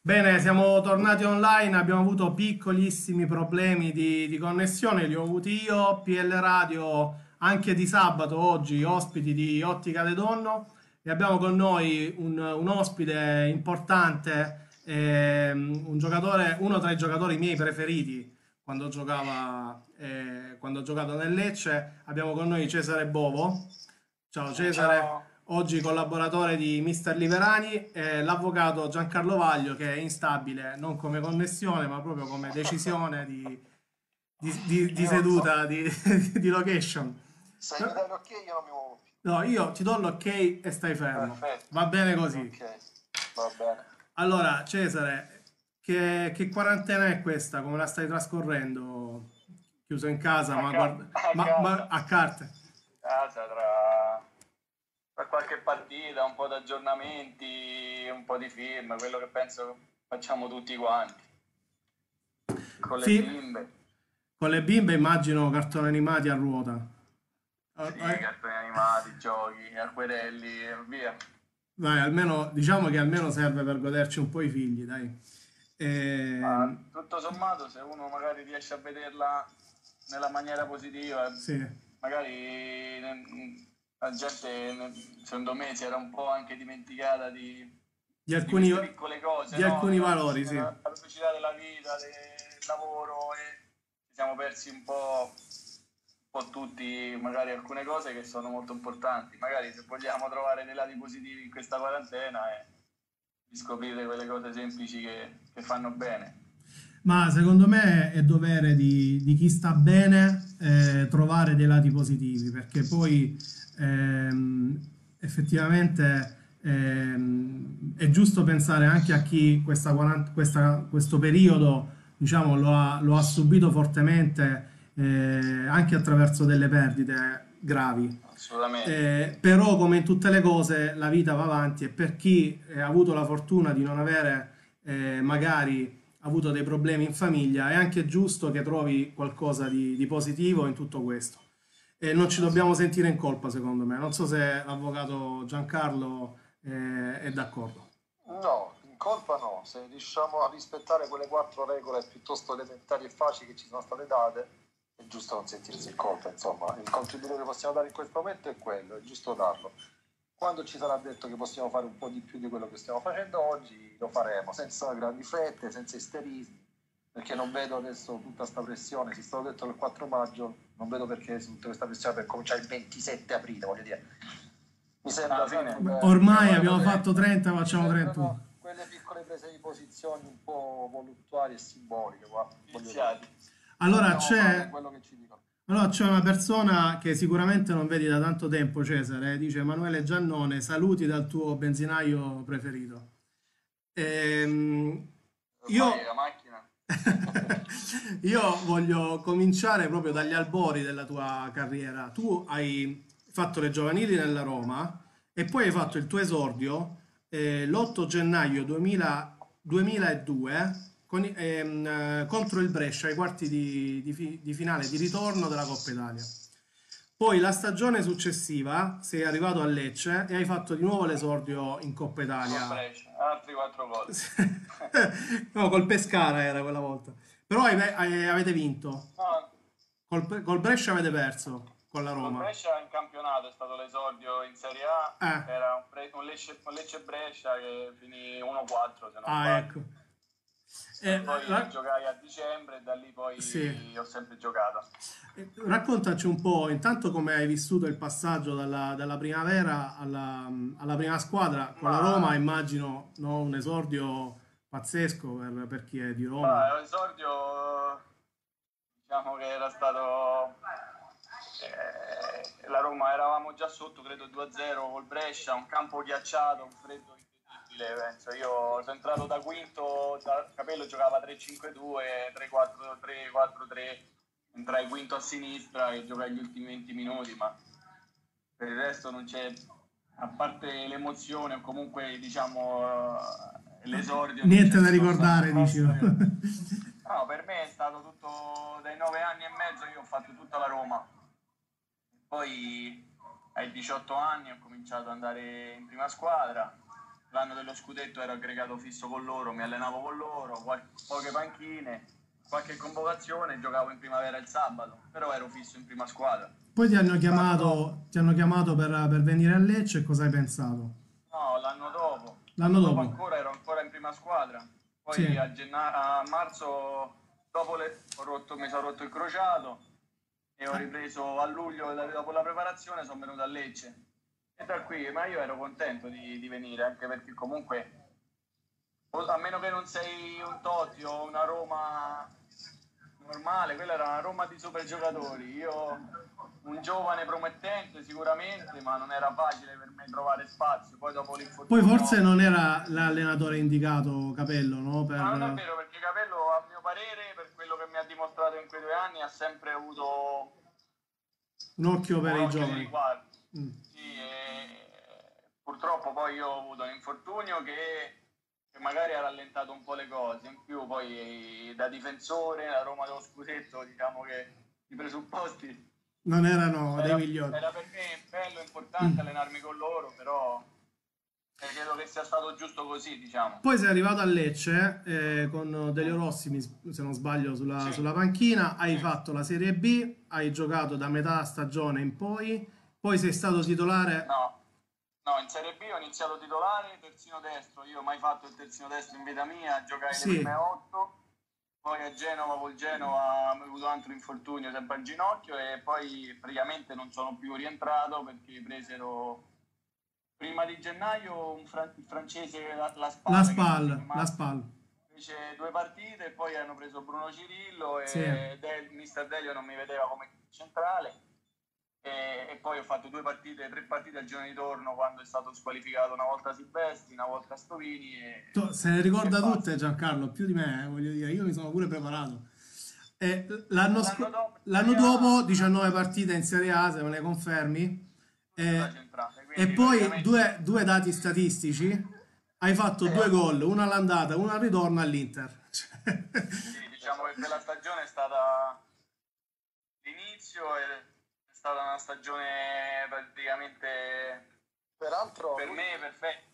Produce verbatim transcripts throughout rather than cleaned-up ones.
Bene, siamo tornati online, abbiamo avuto piccolissimi problemi di, di connessione, li ho avuti io, P L Radio anche di sabato oggi, ospiti di Ottica De Donno e abbiamo con noi un, un ospite importante, ehm, un giocatore, uno tra i giocatori miei preferiti quando giocava, eh, quando ho giocato nel Lecce. Abbiamo con noi Cesare Bovo. Ciao Sì, Cesare, ciao. oggi collaboratore di mister Liverani e l'avvocato Giancarlo Vaglio che è instabile non come connessione ma proprio come decisione di, di- di- di Io so, seduta, di, di location. se mi dai l'ok io non mi muovo più. No, io ti do l'ok e stai fermo. Perfetto. Va bene Ok, così. va bene. Allora, Cesare, che, che quarantena è questa? Come la stai trascorrendo? Chiuso in casa, A, ma, ca- guarda, a ma, ma casa. a carte. Casa tra, tra qualche partita, un po' di aggiornamenti, un po' di film, quello che penso facciamo tutti quanti. Con le Sì, bimbe. con le bimbe immagino cartoni animati a ruota. Ah, Sì, eh, cartoni animati, giochi, acquerelli e via. Dai, almeno diciamo che almeno serve per goderci un po' i figli, dai. Ma Ehm, tutto sommato, se uno magari riesce a vederla nella maniera positiva, sì, magari ne- la gente, ne- secondo me, si era un po' anche dimenticata di, di di alcuni, queste piccole cose, di no? alcuni Della, valori, sì. della velocità della vita, del lavoro e ci siamo persi un po', un po' tutti, magari alcune cose che sono molto importanti. Magari se vogliamo trovare dei lati positivi in questa quarantena è di scoprire quelle cose semplici che, che fanno bene. Ma secondo me è dovere di, di chi sta bene eh, trovare dei lati positivi, perché poi ehm, effettivamente ehm, è giusto pensare anche a chi questa quaranta questa- questo periodo, diciamo, lo ha, lo ha subito fortemente, eh, anche attraverso delle perdite gravi. Assolutamente. Eh, però, come in tutte le cose, la vita va avanti e per chi eh, ha avuto la fortuna di non avere eh, magari avuto dei problemi in famiglia, è anche giusto che trovi qualcosa di, di positivo in tutto questo. E non ci dobbiamo sentire in colpa, secondo me. Non so se l'avvocato Giancarlo eh, è d'accordo. No, in colpa no, se riusciamo a rispettare quelle quattro regole piuttosto elementari e facili che ci sono state date, è giusto non sentirsi in colpa, insomma, il contributo che possiamo dare in questo momento è quello, è giusto darlo. Quando ci sarà detto che possiamo fare un po' di più di quello che stiamo facendo oggi, lo faremo, senza grandi frette, senza isterismi, perché non vedo adesso tutta questa pressione, si è stato detto che il quattro maggio, non vedo perché tutta questa pressione per cominciare il ventisette aprile, voglio dire. Mi sembra, Alla sai, fine quelle, Ormai abbiamo avuto abbiamo fatto tempo. trenta, mi facciamo trentuno. sembrano quelle piccole prese di posizione un po' voluttuarie e simboliche, qua, voglio dire. Iniziati. Allora Dobbiamo fare c'è quello che ci dicono. allora, c'è una persona che sicuramente non vedi da tanto tempo, Cesare, dice Emanuele Giannone, saluti dal tuo benzinaio preferito. Ehm, Ormai io, la macchina. io voglio cominciare proprio dagli albori della tua carriera. Tu hai fatto le giovanili nella Roma e poi hai fatto il tuo esordio eh, l'otto gennaio duemila duemiladue con- ehm, eh, contro il Brescia ai quarti di, di fi- di finale di ritorno della Coppa Italia. Poi la stagione successiva sei arrivato a Lecce e hai fatto di nuovo l'esordio in Coppa Col Italia. Brescia, altri quattro gol. No, col Pescara era quella volta. Però hai- hai- avete vinto. No, Col, col Brescia avete perso con la col Roma. Brescia in campionato è stato l'esordio in Serie A, Eh, era un, Bre- un Lecce, un Lecce-Brescia che finì uno quattro se non ah, sbaglio. ecco. E Eh, poi ra- giocai a dicembre e da lì sì. poi ho sempre giocato. Eh, Raccontaci un po', intanto come hai vissuto il passaggio dalla, dalla primavera alla, alla prima squadra con la Roma, Ma, immagino no, un esordio pazzesco per, per chi è di Roma. ma l'esordio diciamo che era stato eh, la Roma eravamo già sotto credo due a zero col Brescia, un campo ghiacciato, un freddo incredibile, penso. Io sono entrato da quinto, da Capello giocava tre cinque due, tre quattro tre, quattro tre, entrai quinto a sinistra e giocai gli ultimi venti minuti, ma per il resto non c'è, a parte l'emozione o comunque diciamo eh, l'esordio, non Niente c'è da grossa, ricordare, dici. grossa. No, per me è stato tutto, dai nove anni e mezzo io ho fatto tutta la Roma. Poi ai diciotto anni ho cominciato ad andare in prima squadra, l'anno dello scudetto ero aggregato fisso con loro, mi allenavo con loro, qualche, poche panchine, qualche convocazione, giocavo in primavera il sabato, però ero fisso in prima squadra. Poi ti hanno chiamato, ti hanno chiamato per, per venire a Lecce e cosa hai pensato? No, l'anno dopo. L'anno dopo? ancora ero ancora in prima squadra. Poi Sì. a, genna- a marzo, dopo le, ho rotto, mi sono rotto il crociato e ho ripreso a luglio, da- dopo la preparazione, sono venuto a Lecce. E da qui, ma io ero contento di, di venire, anche perché comunque, o- a meno che non sei un Totti o una Roma normale, quella era una Roma di super giocatori. Io, un giovane promettente sicuramente, ma non era facile per me trovare spazio. Poi dopo Poi l'infortunio... forse non era l'allenatore indicato Capello, no? Per... Ma non è vero, perché Capello, a mio parere, per quello che mi ha dimostrato in quei due anni, ha sempre avuto un occhio per un i occhio di giovani. riguardo. Mm. Sì, e purtroppo poi io ho avuto un infortunio che, che magari ha rallentato un po' le cose. In più poi da difensore, la Roma dello scudetto, diciamo che i presupposti Non erano dei era, migliori. era per me bello, importante allenarmi con loro, però eh, credo che sia stato giusto così, diciamo. Poi sei arrivato a Lecce eh, con Delio Rossi, mi- se non sbaglio, sulla, Sì. sulla panchina. Hai Sì. fatto la Serie B, hai giocato da metà stagione in poi, poi sei stato titolare. No, no, in Serie B ho iniziato titolare, terzino destro. Io ho mai fatto il terzino destro in vita mia, giocai Sì. le prime otto. Poi a Genova, col Genova, ho avuto altro infortunio sempre al ginocchio e poi praticamente non sono più rientrato perché presero prima di gennaio un fran- il francese la, la Spal, La che Spal, non si la Spal. fece due partite e poi hanno preso Bruno Cirillo e Sì. Del, mister Delio non mi vedeva come centrale. E, e poi ho fatto due partite, tre partite al giorno di torno quando è stato squalificato una volta Silvestri, una volta Stovini. E, Tu- Se ne ricorda e basta. tutte Giancarlo, più di me, eh, voglio dire, io mi sono pure preparato. E l'anno, L'anno sc- dopo, l'anno Serie A, dopo diciannove partite in Serie A, se me le confermi. da E, centrale, e quindi poi praticamente due, due dati statistici. Hai fatto Eh, due gol, uno all'andata, uno al ritorno all'Inter. sì, diciamo che quella stagione è stata l'inizio ed è stata una stagione praticamente Peraltro, per lui- me perfetta.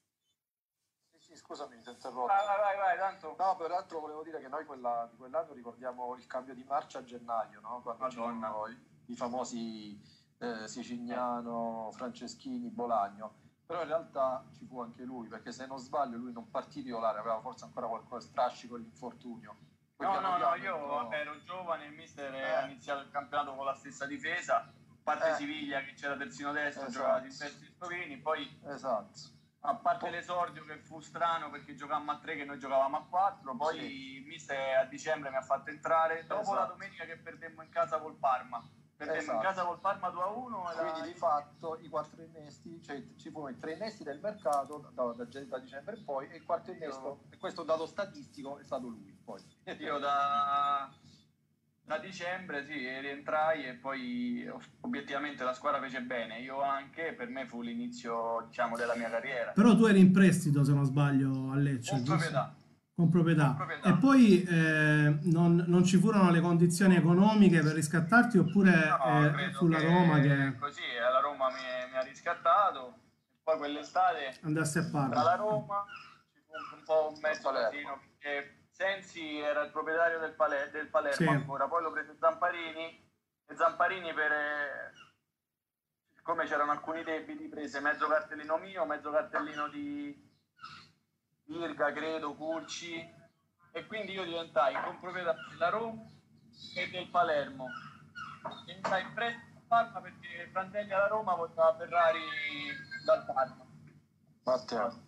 sì, sì, scusami, ti interrompo. Vai, vai, vai, vai, tanto. No, peraltro volevo dire che noi quella, di quell'anno ricordiamo il cambio di marcia a gennaio, no? Quando Madonna. c'erano i, i famosi eh, Sicignano, Franceschini, Bolagno. Però in realtà ci fu anche lui, perché se non sbaglio lui non partì titolare, aveva forse ancora qualcosa strascico l'infortunio. Poi No, piano no, no, piano io entrò- vabbè, ero giovane, il mister Eh. ha iniziato il campionato con la stessa difesa, a parte Eh. Siviglia che c'era terzino destro, Esatto. giocava Silvestri e Stovini, poi Esatto. a parte l'esordio che fu strano perché giocavamo a tre che noi giocavamo a quattro, poi Sì. il mister a dicembre mi ha fatto entrare dopo Esatto. la domenica che perdemmo in casa col Parma. Perdemmo Esatto. in casa col Parma due a uno. e Quindi la- di fatto i quattro innesti, cioè ci furono i tre innesti del mercato da, da, da dicembre in poi e il quarto innesto, e questo è un dato statistico, è stato lui poi. Io da, da dicembre sì, rientrai e poi obiettivamente la squadra fece bene, io anche, per me fu l'inizio diciamo della mia carriera. Però tu eri in prestito, se non sbaglio, a Lecce, Con giusto? proprietà. Con proprietà. Con proprietà. E poi eh, non, non ci furono le condizioni economiche per riscattarti oppure No, eh, credo fu la che Roma che così eh, la Roma mi, mi ha riscattato e poi quell'estate andasse a tra la Parma? Roma ci fu un, un po' un mezzo Palermo. casino perché Sensi era il proprietario del, Pale- del Palermo Sì. ancora, poi lo prese Zamparini e Zamparini per eh, siccome c'erano alcuni debiti prese mezzo cartellino mio, mezzo cartellino di Virga, credo, Curci, e quindi io diventai comproprietario della Roma e del Palermo. Entrai in prestito a Parma perché Prandelli alla Roma voleva Ferrari dal Parma. Matteo.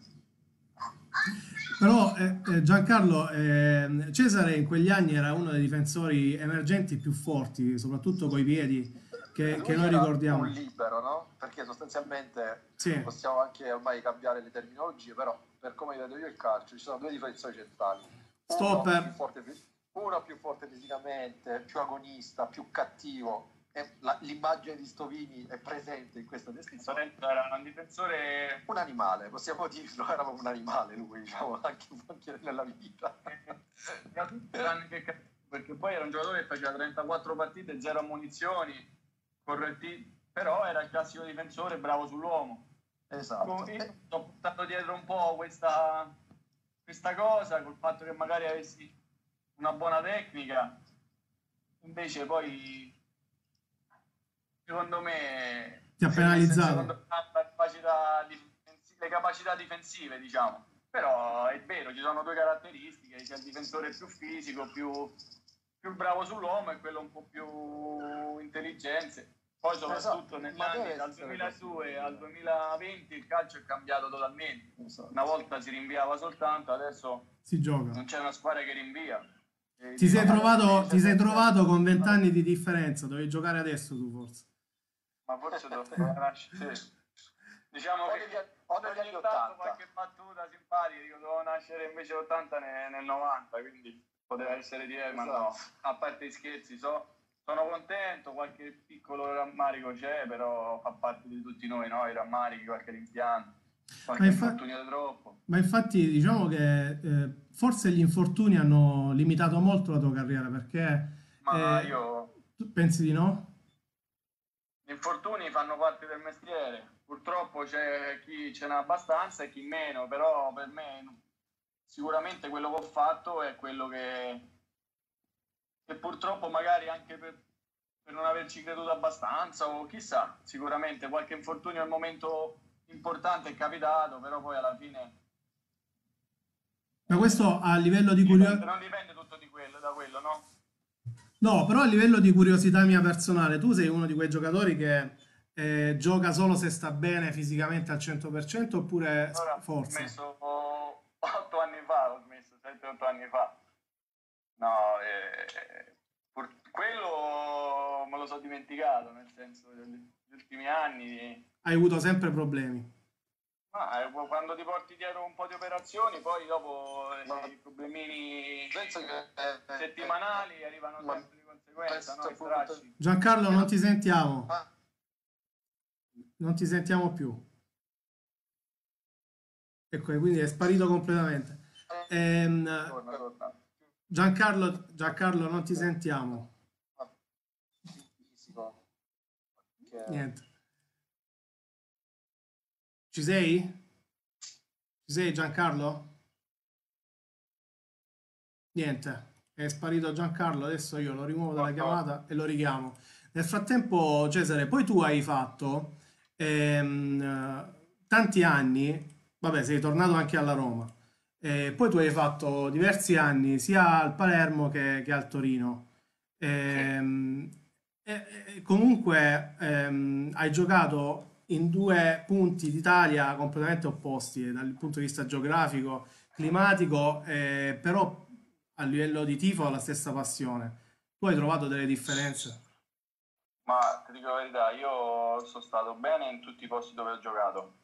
Però eh, eh, Giancarlo, eh, Cesare in quegli anni era uno dei difensori emergenti più forti, soprattutto coi piedi, che, Lui che noi era ricordiamo. un libero, no? Perché sostanzialmente Sì. possiamo anche ormai cambiare le terminologie, però per come vedo io il calcio ci sono due difensori centrali. Uno Stopper. più forte, fi- uno più forte fisicamente, più agonista, più cattivo. E la- l'immagine di Stovini è presente in questa descrizione. Sorrento era un difensore Un animale, possiamo dirlo, era proprio un animale lui, diciamo, anche, anche nella vita. da tutti tranne che cattivo, perché poi era un giocatore che faceva trentaquattro partite, zero munizioni, corretti, però era il classico difensore bravo sull'uomo. Esatto. Io ho portato dietro un po' questa, questa cosa, col fatto che magari avessi una buona tecnica, invece poi secondo me Ti ha si è messo in penalizzato. secondo piano la capacità difensi- le capacità difensive, diciamo. Però è vero, ci sono due caratteristiche: c'è il difensore più fisico, più, più bravo sull'uomo, e quello un po' più intelligente. Poi soprattutto Esatto, negli ma anni deve dal essere duemiladue così. al duemilaventi il calcio è cambiato totalmente. Esatto. Una volta si rinviava soltanto, adesso Si gioca. non c'è una squadra che rinvia. E Ti sei diciamo, trovato, ti sei sempre- trovato con vent'anni di differenza, dovevi giocare adesso tu forse. ma forse doveva nascere. Sì. Diciamo O che negli- o negli ogni anni tanto ottanta. qualche battuta simpatica, dico, dovevo nascere invece ottanta nel, nel novanta, quindi poteva essere diverso, ma no, Esatto. a parte gli scherzi, so, sono contento, qualche piccolo rammarico c'è, però fa parte di tutti noi, no? I rammarichi, qualche rimpianto, qualche Ma, infa- infortunio di troppo. ma infatti diciamo che eh, forse gli infortuni hanno limitato molto la tua carriera, perché Ma eh, io, tu pensi di no? gli infortuni fanno parte del mestiere, purtroppo c'è chi ce n'ha abbastanza e chi meno, però per me sicuramente quello che ho fatto è quello che, che purtroppo magari anche per, per non averci creduto abbastanza, o chissà, sicuramente qualche infortunio al momento importante è capitato, però poi alla fine Ma questo a livello di dipende, curiosità. non dipende tutto di quello, da quello, no? No, però a livello di curiosità mia personale, tu sei uno di quei giocatori che eh, gioca solo se sta bene fisicamente al cento per cento oppure s- Ora ho forza? smesso otto anni fa, ho smesso sette otto anni fa. No, eh, pur- quello me lo so dimenticato, nel senso, negli ultimi anni. Hai avuto sempre problemi. Ma eh, quando ti porti dietro un po' di operazioni, poi dopo eh, Ma- i problemini Penso che eh, settimanali arrivano ma- sempre di conseguenza, no? penso I appunto- strascichi. Giancarlo, non ti sentiamo. Ah, Non ti sentiamo più. Ecco, quindi è sparito completamente. Ehm, Torna, torna. Giancarlo, Giancarlo, non ti sentiamo. fisico. Che- Niente. Ci sei? Ci sei, Giancarlo? Niente. È sparito Giancarlo. Adesso io lo rimuovo dalla chiamata e lo richiamo. Nel frattempo, Cesare, poi tu hai fatto ehm, tanti anni. Vabbè, sei tornato anche alla Roma. E poi tu hai fatto diversi anni sia al Palermo che, che al Torino. Ehm, e, e comunque ehm, hai giocato in due punti d'Italia completamente opposti, eh, dal punto di vista geografico, climatico, eh, però a livello di tifo ha la stessa passione. Tu hai trovato delle differenze? Ma ti dico la verità, io sono stato bene in tutti i posti dove ho giocato.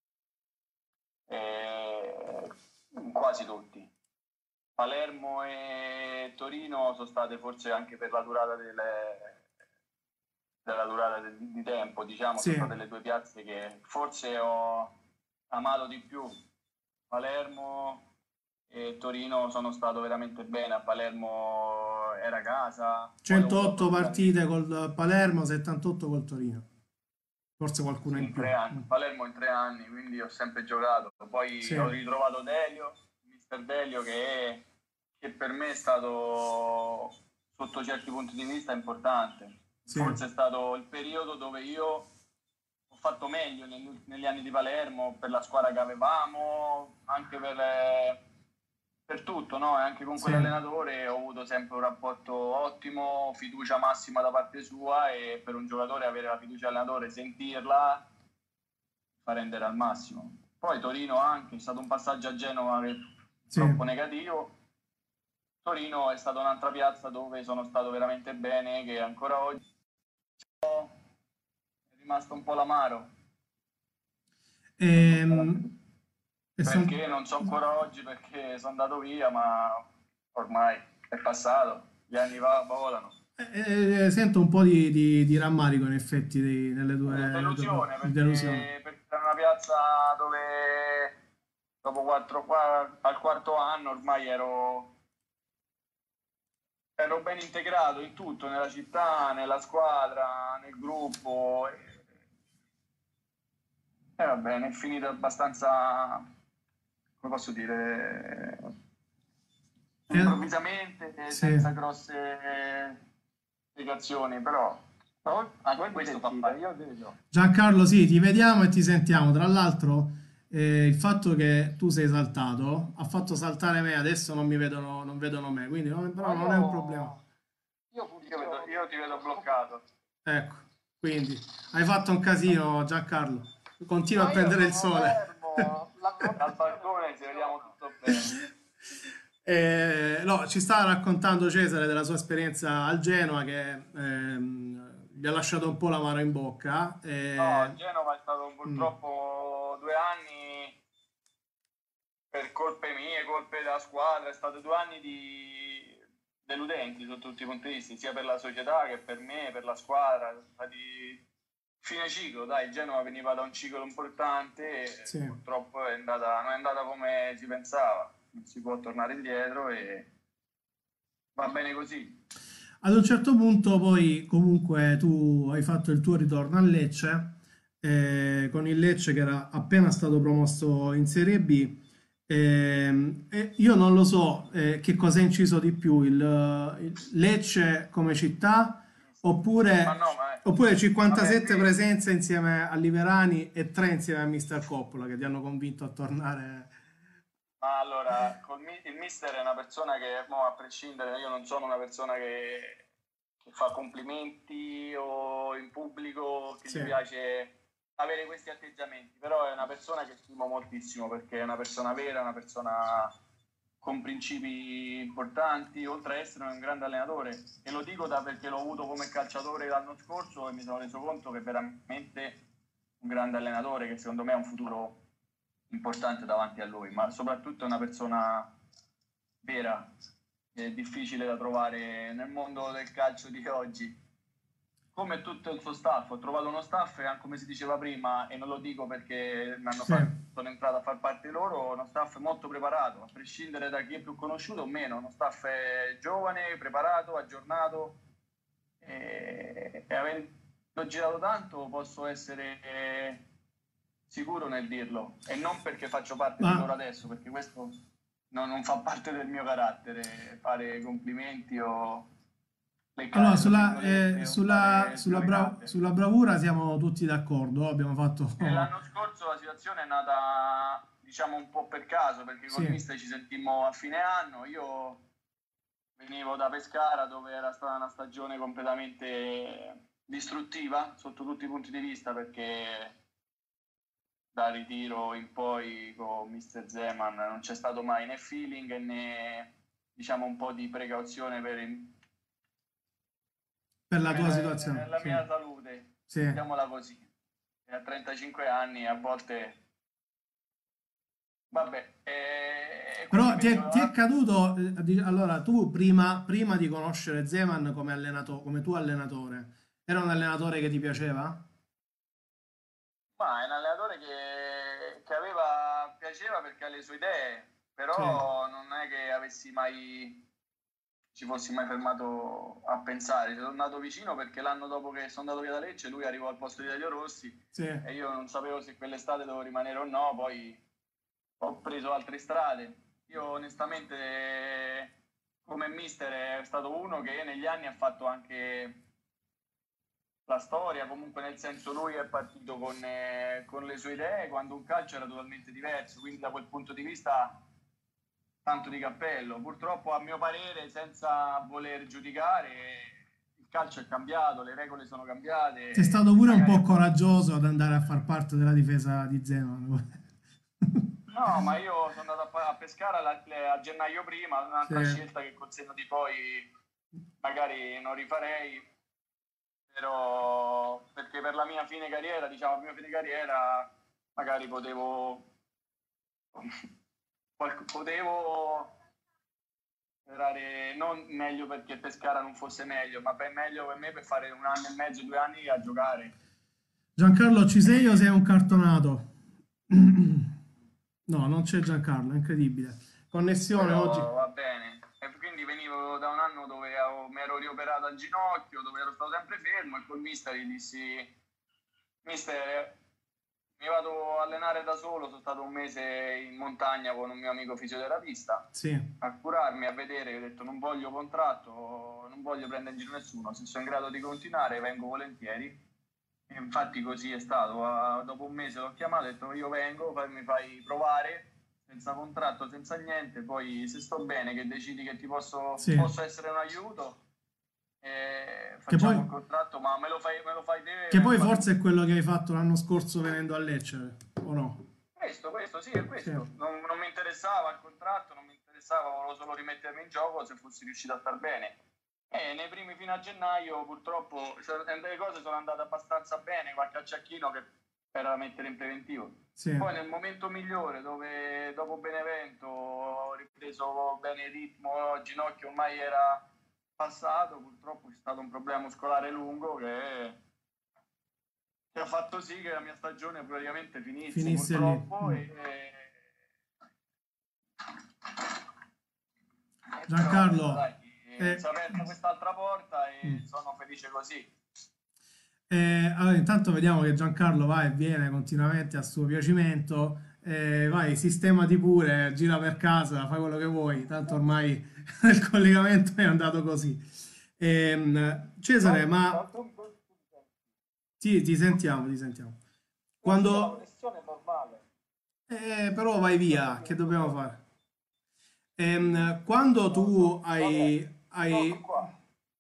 Eh, quasi tutti. Palermo e Torino sono state forse anche per la durata delle, della durata del- di tempo, diciamo, Sì. sono state le due piazze che forse ho amato di più. Palermo e Torino sono stato veramente bene, a Palermo era casa. Poi ho avuto centootto opportunità- partite col Palermo, settantotto col Torino. Forse qualcuno sì, in in più. tre anni, Palermo in tre anni, quindi ho sempre giocato. Poi Sì. ho ritrovato Delio, mister Delio, che, che per me è stato, sotto certi punti di vista, importante. Sì. Forse è stato il periodo dove io ho fatto meglio negli, negli anni di Palermo, per la squadra che avevamo, anche per, eh, per tutto, no? E anche con Sì. quell'allenatore ho avuto sempre un rapporto ottimo, fiducia massima da parte sua, e per un giocatore avere la fiducia dell'allenatore, sentirla, fa rendere al massimo. Poi Torino anche, è stato un passaggio a Genova che Sì. troppo negativo. Torino è stata un'altra piazza dove sono stato veramente bene, che ancora oggi è rimasto un po' l'amaro. Ehm, e son- Perché non so ancora oggi perché sono andato via, ma ormai è passato, gli anni va, volano. eh, eh, sento un po' di, di- di rammarico in effetti di- nelle due, nelle due Delusione, parti, di perché, delusione. perché era una piazza dove dopo quattro, qua- al quarto anno ormai ero, ero ben integrato in tutto, nella città, nella squadra, nel gruppo. E va bene, è finito abbastanza, come posso dire, Eh, improvvisamente, sì. senza grosse spiegazioni, però Ma voi, anche voi mi questo fa sentite? parte. Io vedo. Giancarlo, sì, ti vediamo e ti sentiamo. Tra l'altro, eh, il fatto che tu sei saltato ha fatto saltare me, adesso non mi vedono, non vedono me, quindi non, però Ma non è un problema. io, io Io, vedo- funziono. io ti vedo bloccato. Ecco, quindi hai fatto un casino, Giancarlo. Continua a Ma io prendere il sono sole. fermo. La Dal connessione balcone ci vediamo tutto bene. Eh, no, ci stava raccontando Cesare della sua esperienza al Genoa che ehm, gli ha lasciato un po' l'amaro in bocca. No, E, Genova è stato mm, purtroppo due anni per colpe mie, colpe della squadra, è stato due anni di deludenti sotto tutti i punti di vista, sia per la società che per me, per la squadra. Sono stati fine ciclo, dai, il Genova veniva da un ciclo importante e sì. purtroppo è andata, non è andata come si pensava, non si può tornare indietro e va bene così. Ad un certo punto poi comunque tu hai fatto il tuo ritorno a Lecce, eh, con il Lecce che era appena stato promosso in Serie B. Ehm, e io non lo so eh, che cosa ha inciso di più, il, il Lecce come città Ma oppure, no, ma oppure vabbè, cinquantasette qui presenze insieme a Liverani e tre insieme a mister Coppola che ti hanno convinto a tornare. ma allora, col mi- il mister è una persona che, mo, a prescindere, io non sono una persona che, che fa complimenti o in pubblico, che Sì, gli piace avere questi atteggiamenti, però è una persona che stimo moltissimo perché è una persona vera, una persona con principi importanti, oltre a essere un grande allenatore. E lo dico da perché l'ho avuto come calciatore l'anno scorso e mi sono reso conto che è veramente un grande allenatore che secondo me ha un futuro importante davanti a lui, ma soprattutto è una persona vera, è difficile da trovare nel mondo del calcio di oggi. Come tutto il suo staff, ho trovato uno staff, eh, come si diceva prima, e non lo dico perché mi hanno sì. fatto, sono entrato a far parte loro, uno staff molto preparato, a prescindere da chi è più conosciuto o meno, uno staff giovane, preparato, aggiornato, e, e avendo girato tanto posso essere sicuro nel dirlo, e non perché faccio parte Ma di loro adesso, perché questo non, non fa parte del mio carattere, fare complimenti o allora, leccare tra sulla, eh, virgolette o sulla, fare sulla, bra- sviolinate. sulla bravura siamo tutti d'accordo, abbiamo E fatto... l'anno scorso la situazione è nata, diciamo, un po' per caso, perché col Sì, mister ci sentimmo a fine anno. Io venivo da Pescara, dove era stata una stagione completamente distruttiva sotto tutti i punti di vista, perché da ritiro in poi con mister Zeman non c'è stato mai né feeling né, diciamo, un po' di precauzione per, per la tua per situazione, la sì, mia salute, sì. mettiamola così. E a trentacinque anni a volte, vabbè, e, e quindi Però ti venivo è, da ti è una... caduto, eh, di- allora tu prima, prima di conoscere Zeman come allenato- come tuo allenatore, era un allenatore che ti piaceva? Ma è un allenatore che, che aveva, piaceva perché ha le sue idee, Sì, però non è che avessi mai, ci fossi mai fermato a pensare. Ci sono andato vicino perché l'anno dopo che sono andato via da Lecce lui arrivò al posto di Dario Rossi sì. e io non sapevo se quell'estate dovevo rimanere o no, poi ho preso altre strade. Io onestamente come mister è stato uno che negli anni ha fatto anche la storia, comunque nel senso lui è partito con, eh, con le sue idee quando un calcio era totalmente diverso, quindi da quel punto di vista tanto di cappello. Purtroppo a mio parere, senza voler giudicare, il calcio è cambiato, le regole sono Sei cambiate stato e pure un magari po' a volte... coraggioso ad andare a far parte della difesa di Zeman. No, ma io sono andato a, a Pescara la- le- a gennaio prima, Sì. un'altra scelta che col senno di poi magari non rifarei, però perché per la mia fine carriera, diciamo, la mia fine carriera, magari potevo, qualc- potevo sperare, non meglio perché Pescara non fosse meglio, ma per meglio per me per fare un anno e mezzo, due anni a giocare. Giancarlo, ci sei o sei un cartonato? No, non c'è Giancarlo, è incredibile. Connessione oggi. Però va bene. E quindi venivo da un anno dove avevo- mi ero rioperato al ginocchio, dove ero stato sempre fermo e col mister gli dissi, mister, mi vado a allenare da solo, sono stato un mese in montagna con un mio amico fisioterapista Sì. a curarmi, a vedere, ho detto non voglio contratto, non voglio prendere in giro nessuno, se sono in grado di continuare vengo volentieri. E infatti così è stato. Uh, dopo un mese l'ho chiamato, ho detto io vengo, poi mi fai provare senza contratto, senza niente, poi se sto bene che decidi che ti posso, Sì. posso essere un aiuto, eh, Che facciamo poi, un contratto, ma me lo fai, me lo fai te. che me lo poi fai forse tu. è quello che hai fatto l'anno scorso venendo a Lecce, o no? Questo, questo, sì, è questo. Sì. Non, non mi interessava il contratto, non mi interessava, volevo solo rimettermi in gioco se fossi riuscito a star bene. E nei primi fino a gennaio purtroppo cioè, le cose sono andate abbastanza bene, qualche acciacchino che era da mettere in preventivo. Sì. Poi nel momento migliore, dove dopo Benevento ho ripreso bene il ritmo, il ginocchio ormai era passato, purtroppo c'è stato un problema muscolare lungo che, che ha fatto sì che la mia stagione praticamente finisse, Finisse purtroppo. lì. E, e... Giancarlo, Dai, eh, si è aperta quest'altra porta e mm. sono felice così. Eh, allora, intanto vediamo che Giancarlo va e viene continuamente a suo piacimento. Eh, vai, sistemati pure, gira per casa, fai quello che vuoi. Tanto ormai il collegamento è andato così. Ehm, Cesare, ma sì, ti sentiamo, ti sentiamo. La Quando... connessione è normale. Eh, però vai via, che dobbiamo fare? Ehm, quando tu hai, Sono hai qua.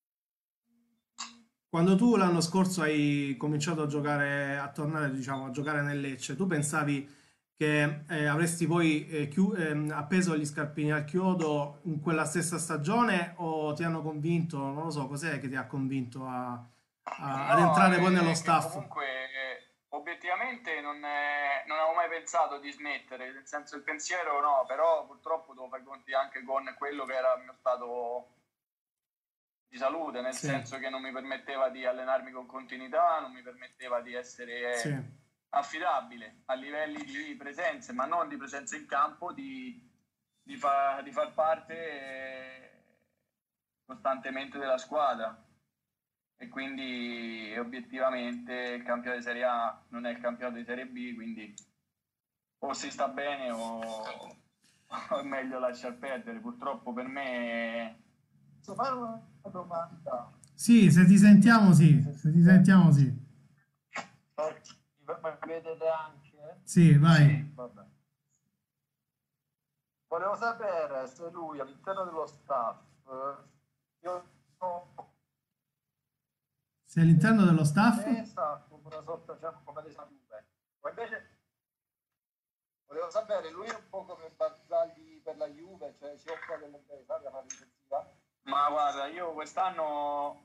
Quando tu l'anno scorso hai cominciato a giocare, a tornare, diciamo, a giocare nel Lecce, tu pensavi che eh, avresti poi eh, chiu- ehm, appeso gli scarpini al chiodo in quella stessa stagione o ti hanno convinto, non lo so, cos'è che ti ha convinto a- a- ad No, entrare poi nello è che staff? comunque eh, obiettivamente non, è- non avevo mai pensato di smettere, nel senso il pensiero no, però purtroppo devo fare i conti anche con quello che era il mio stato di salute, nel Sì, senso che non mi permetteva di allenarmi con continuità, non mi permetteva di sì, essere affidabile a livelli di presenze, ma non di presenza in campo, di, di, fa- di far parte eh, costantemente della squadra. E quindi obiettivamente il campionato di Serie A non è il campionato di Serie B, quindi o si sta bene o, o è meglio lasciar perdere. Purtroppo per me... Posso fare una domanda? sì, se ti sentiamo sì, se ti sentiamo sì. Mi vedete anche? Sì, vai. Sì. Vabbè. Volevo sapere se lui all'interno dello staff, eh, io sono Sei all'interno dello staff? esatto, una sorta diciamo come le Juve. Ma invece volevo sapere, lui è un po' come Barzagli per la Juve, cioè si occupa delle della fase difensiva. Ma guarda, io quest'anno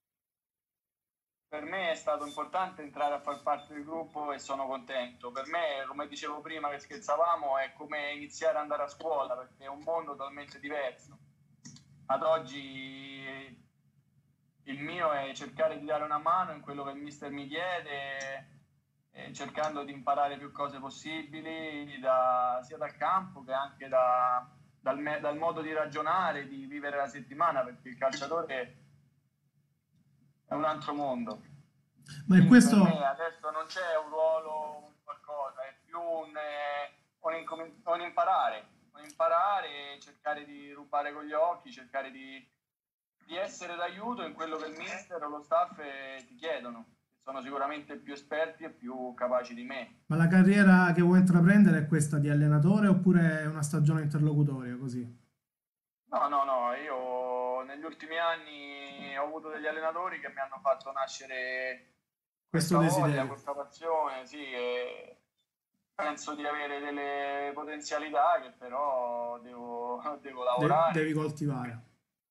per me è stato importante entrare a far parte del gruppo e sono contento. Per me, come dicevo prima che scherzavamo, è come iniziare ad andare a scuola perché è un mondo totalmente diverso. Ad oggi il mio è cercare di dare una mano in quello che il mister mi chiede, eh, cercando di imparare più cose possibili da, sia dal campo che anche da, dal, me, dal modo di ragionare, di vivere la settimana, perché il calciatore è un altro mondo. Ma in questo... Per me adesso non c'è un ruolo, un qualcosa, è più un, eh, un, incom- un imparare, un imparare, cercare di rubare con gli occhi, cercare di, di essere d'aiuto in quello che il mister o lo staff eh, ti chiedono, che sono sicuramente più esperti e più capaci di me. Ma la carriera che vuoi intraprendere è questa di allenatore oppure è una stagione interlocutoria così? No, no, no, io negli ultimi anni ho avuto degli allenatori che mi hanno fatto nascere Questo questa voglia, desiderio. questa passione, sì, e penso di avere delle potenzialità che però devo, devo De- lavorare devi coltivare.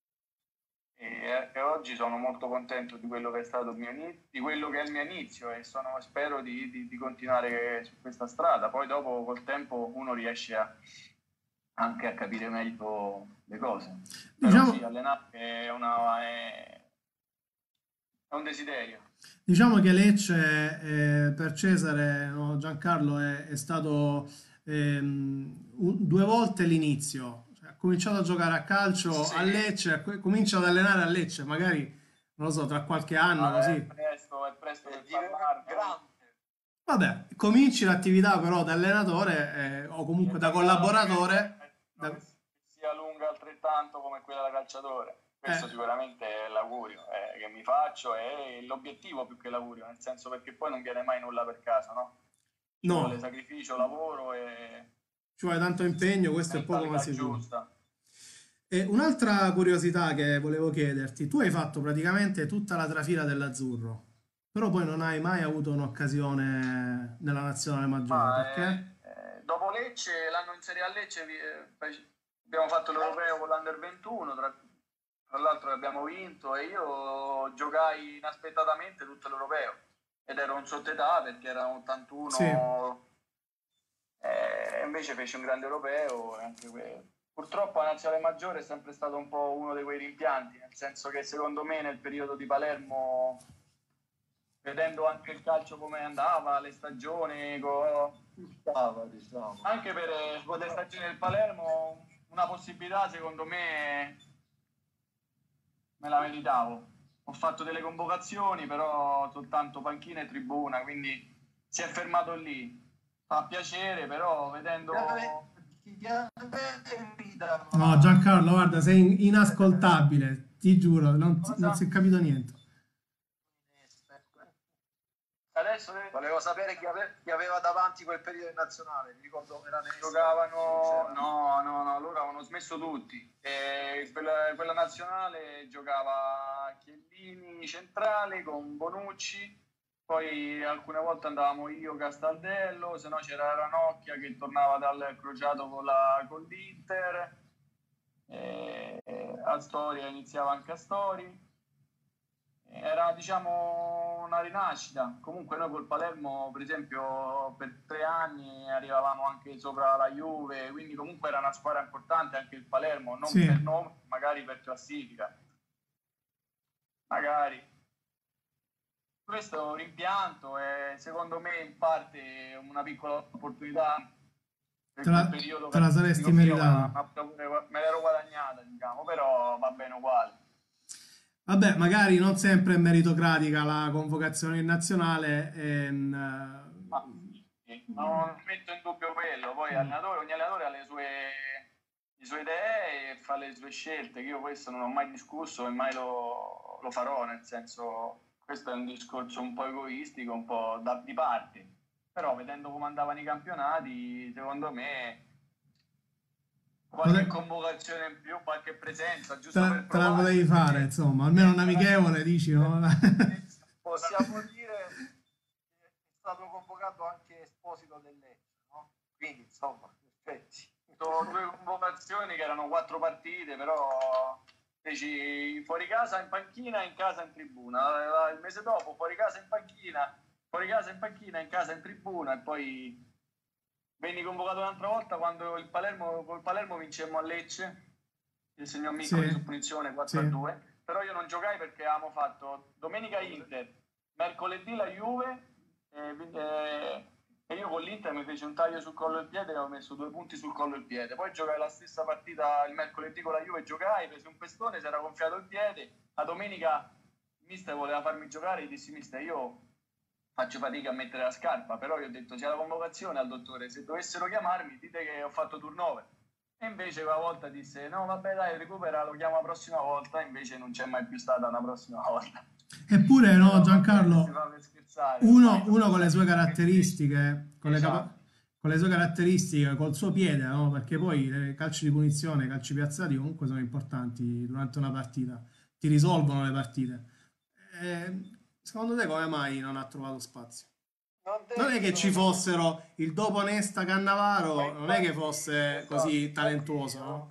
e, e oggi sono molto contento di quello che è stato il mio inizio, di quello che è il mio inizio e sono, spero di, di, di continuare su questa strada. Poi dopo col tempo uno riesce a, anche a capire meglio le cose. Però Diciamo, sì, allenare è, una, è, è un desiderio. diciamo che Lecce eh, per Cesare, no, Giancarlo, è, è stato ehm, un- due volte l'inizio. Cioè, ha cominciato a giocare a calcio Sì, a Lecce, ha co- comincia ad allenare a Lecce, magari, non lo so, tra qualche anno ma è così. presto, è presto E per diventa parlarne. grande. Vabbè, cominci l'attività però da allenatore eh, o E comunque da spero collaboratore. che da- sia lunga altrettanto come quella da calciatore. eh, Questo sicuramente è l'augurio eh, che mi faccio e l'obiettivo più che l'augurio, nel senso perché poi non viene mai nulla per caso, no? Ci vuole no, sacrificio, lavoro e ci vuole tanto impegno, questo è poco ma mentalità sicuro. giusta. E un'altra curiosità che volevo chiederti, tu hai fatto praticamente tutta la trafila dell'azzurro, però poi non hai mai avuto un'occasione nella nazionale maggiore, Ma eh, perché? eh, dopo Lecce, l'anno in Serie A Lecce, vi- eh, fece- abbiamo fatto l'Europeo con l'Under ventuno, tra, tra l'altro abbiamo vinto e io giocai inaspettatamente tutto l'Europeo ed ero un sottoetà perché era un Sì, ottantuno e invece fece un grande Europeo e anche que- purtroppo la nazionale maggiore è sempre stato un po' uno di quei rimpianti, nel senso che secondo me nel periodo di Palermo, vedendo anche il calcio come andava, le stagioni, co- Stava, diciamo. anche per eh, le stagioni del Palermo, una possibilità secondo me me la meritavo. Ho fatto delle convocazioni, però soltanto panchina e tribuna, quindi si è fermato lì. Fa piacere, però vedendo... no, Giancarlo, guarda, sei inascoltabile, ti giuro, non, ti- non Cosa? si è capito niente. Adesso Volevo sapere chi, ave- chi aveva davanti quel periodo in nazionale, mi ricordo era Nesta, giocavano, c'era- no, no, no, loro avevano smesso tutti. E quella, quella nazionale giocava Chiellini centrale con Bonucci, poi alcune volte andavamo io, Castaldello, se no c'era Ranocchia che tornava dal crociato con, la, con l'Inter, e, e Astori iniziava anche Astori. Era diciamo una rinascita. Comunque noi col Palermo, per esempio, per tre anni arrivavamo anche sopra la Juve, quindi comunque era una squadra importante anche il Palermo, non Sì, per nome, magari per classifica. Magari. Questo è un rimpianto e secondo me in parte una piccola opportunità per te la, quel periodo te la saresti calcistico mio, meritata. ma, ma me l'ero guadagnata, diciamo, però va bene uguale. Vabbè, magari non sempre è meritocratica la convocazione in nazionale. ehm, Ma sì, non metto in dubbio quello, poi mm. allenatore, ogni allenatore ha le sue, le sue idee e fa le sue scelte, che io questo non ho mai discusso e mai lo, lo farò, nel senso questo è un discorso un po' egoistico, un po' da, di parte, però vedendo come andavano i campionati, secondo me qualche Pote- convocazione in più, qualche presenza, te, giusto la per te la provare, potevi fare, perché insomma, almeno un niente, amichevole, dici, no? possiamo dire che è stato convocato anche Esposito del Lecce, no? Quindi insomma, in effetti. Sono due convocazioni che erano quattro partite, però feci fuori casa in panchina e in casa in tribuna. Il mese dopo fuori casa in panchina, fuori casa in panchina, in casa in tribuna e poi venni convocato un'altra volta quando il Palermo, col Palermo vincemmo a Lecce, il signor Miccoli Sì, su punizione quattro a sì, due, però io non giocai perché avevamo fatto domenica Inter, mercoledì la Juve e, e, e io con l'Inter mi feci un taglio sul collo del piede e ho messo due punti sul collo del piede. Poi giocai la stessa partita il mercoledì con la Juve, giocai, presi un pestone, si era gonfiato il piede. La domenica il mister voleva farmi giocare e dissi mister io faccio fatica a mettere la scarpa, però io ho detto c'è la convocazione al dottore, se dovessero chiamarmi dite che ho fatto turnover. E invece quella volta disse no vabbè dai recupera, lo chiamo la prossima volta, invece non c'è mai più stata una prossima volta. eppure no, Però va bene, si Giancarlo, fa per scherzare, uno, ormai uno sono con le sue stati ventitré caratteristiche, con le, capa- anni. con le sue caratteristiche, col suo piede, no? Perché poi i calci di punizione, i calci piazzati comunque sono importanti durante una partita, ti risolvono le partite. Eh, secondo te come mai non ha trovato spazio? Non Non è che ci detto, fossero il dopo Nesta Ma Cannavaro, non è che infatti, fosse esatto, così infatti talentuoso, avevo, no?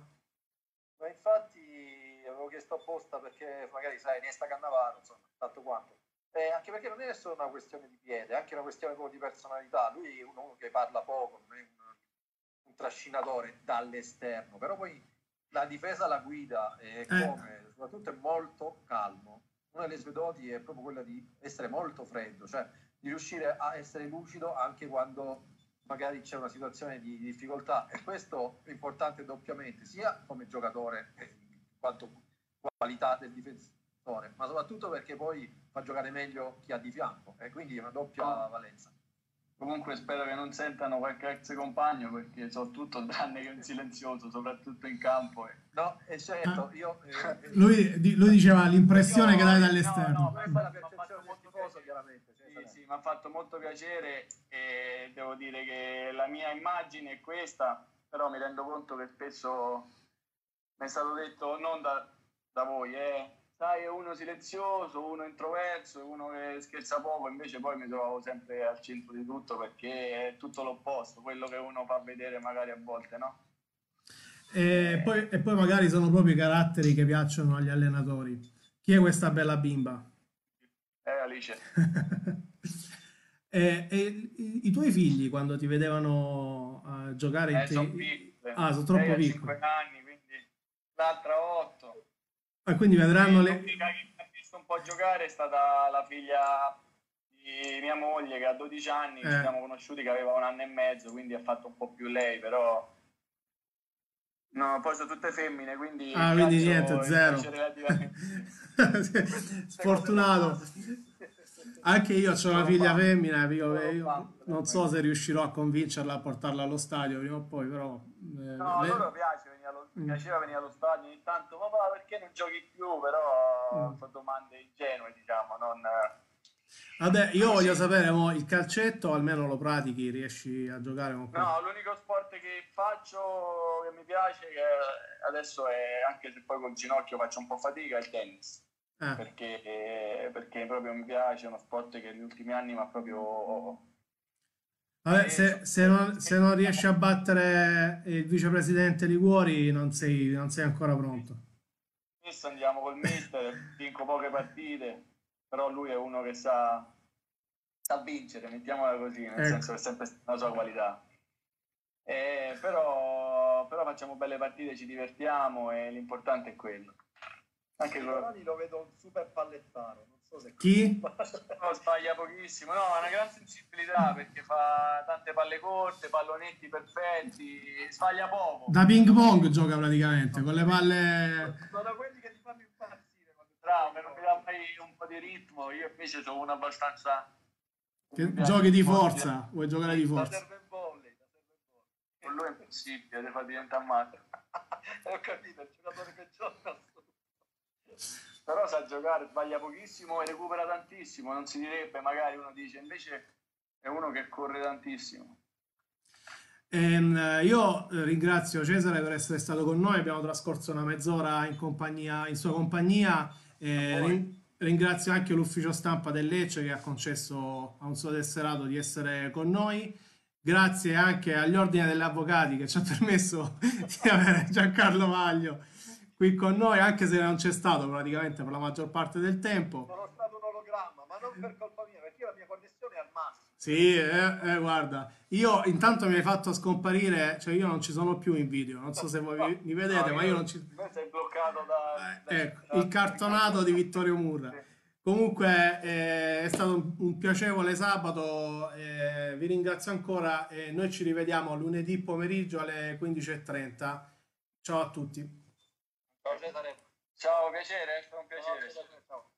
ma infatti avevo chiesto apposta perché magari sai, Nesta Cannavaro, insomma, tanto quanto. Eh, anche perché non è solo una questione di piede, è anche una questione proprio di personalità. Lui è uno, uno che parla poco, non è un, un trascinatore dall'esterno, però poi la difesa la guida e Eh, come, soprattutto è molto calmo. Una delle sue doti è proprio quella di essere molto freddo, cioè di riuscire a essere lucido anche quando magari c'è una situazione di difficoltà, e questo è importante doppiamente, sia come giocatore quanto qualità del difensore, ma soprattutto perché poi fa giocare meglio chi ha di fianco e quindi è una doppia valenza. Comunque spero che non sentano qualche ex compagno perché so tutto tranne che un silenzioso, soprattutto in campo. E... No, e certo, io... Eh, eh, Lui, di- lui diceva l'impressione che dai Io- no, dall'esterno. no, questa è mi ha la fatto percezione del molto tifoso, piacere. chiaramente. Sì, Cesare. sì, mi ha fatto molto piacere e devo dire che la mia immagine è questa, però mi rendo conto che spesso mi è stato detto, non da, da voi, eh, sai, è uno silenzioso, uno introverso, uno che scherza poco, invece poi mi trovo sempre al centro di tutto perché è tutto l'opposto, quello che uno fa vedere magari a volte, no? E poi, e poi magari sono proprio i caratteri che piacciono agli allenatori. Chi è questa bella bimba? Eh, Alice. E, e i, i tuoi figli quando ti vedevano eh, giocare in Eh, sono te... piccole. Ah, sono Lei troppo ha piccoli. cinque anni, quindi l'altra otto. E quindi vedranno le... L'unica che mi ha visto un po' giocare è stata la figlia di mia moglie che ha dodici anni, Eh. ci siamo conosciuti che aveva un anno e mezzo, quindi ha fatto un po' più lei, però no, poi sono tutte femmine, quindi Ah, il quindi calcio, niente, il zero. calcio relativamente. Sfortunato. Anche io ho una figlia femmina, io, Solo io bambole, non so se riuscirò a convincerla a portarla allo stadio prima o poi, però... eh, No, a le- loro piace venire allo, Mm. piaceva venire allo stadio ogni tanto, papà perché non giochi più? Però Mm. sono domande ingenue, diciamo, non... Vabbè, io voglio Così. sapere, mo, il calcetto almeno lo pratichi, riesci a giocare con quello? No, l'unico sport che faccio, che mi piace, che adesso è, anche se poi col ginocchio faccio un po' fatica, è il tennis. Eh. Perché, eh, perché proprio mi piace, è uno sport che negli ultimi anni mi ha proprio... Vabbè, se, se non, se non riesci a battere il vicepresidente Liguori non sei, non sei ancora pronto. Adesso andiamo col mister, vinco poche partite, però lui è uno che sa, sa vincere, mettiamola così, nel Ecco. senso che è sempre stata la sua qualità. Eh, però, però facciamo belle partite, ci divertiamo e l'importante è quello. Anche con... Giovanni lo vedo un super pallettaro, non so se... Chi? No, sbaglia pochissimo, no, ha una gran sensibilità perché fa tante palle corte, pallonetti perfetti, sbaglia poco. Da ping pong gioca praticamente, con le palle... Sono da quelli che ti fanno impazzire. quando- Bravo, che non mi dà mai un po' di ritmo, io invece sono uno abbastanza... Che mi piace giochi di un po' forza, vuoi giocare di Da forza? serve in volley, da serve in volley. Con lui è impossibile, ti fa diventare matto. Ho capito, è il giocatore peggiore in assoluto. Però sa giocare, sbaglia pochissimo e recupera tantissimo, non si direbbe, magari uno dice, invece è uno che corre tantissimo. Ehm, io eh, ringrazio Cesare per essere stato con noi, abbiamo trascorso una mezz'ora in compagnia, in sua compagnia. E A voi. rin- ringrazio anche l'ufficio stampa del Lecce che ha concesso a un suo tesserato di essere con noi. Grazie anche agli ordini degli avvocati che ci ha permesso di avere Giancarlo Vaglio qui con noi, anche se non c'è stato praticamente per la maggior parte del tempo. Sono stato un ologramma, ma non per colpa mia, perché io la mia connessione è al massimo. Sì, eh, eh, guarda, io intanto mi hai fatto scomparire, cioè io non ci sono più in video, non so se voi mi, mi vedete, No, ma io non ci... Me sei bloccato da... da- Ecco, da- il cartonato di Vittorio Murra. Sì. Comunque eh, è stato un, un piacevole sabato, eh, vi ringrazio ancora e noi ci rivediamo lunedì pomeriggio alle quindici e trenta. Ciao a tutti. Ciao Cesare. Ciao, piacere, è stato un Ciao, piacere. Cesare, ciao.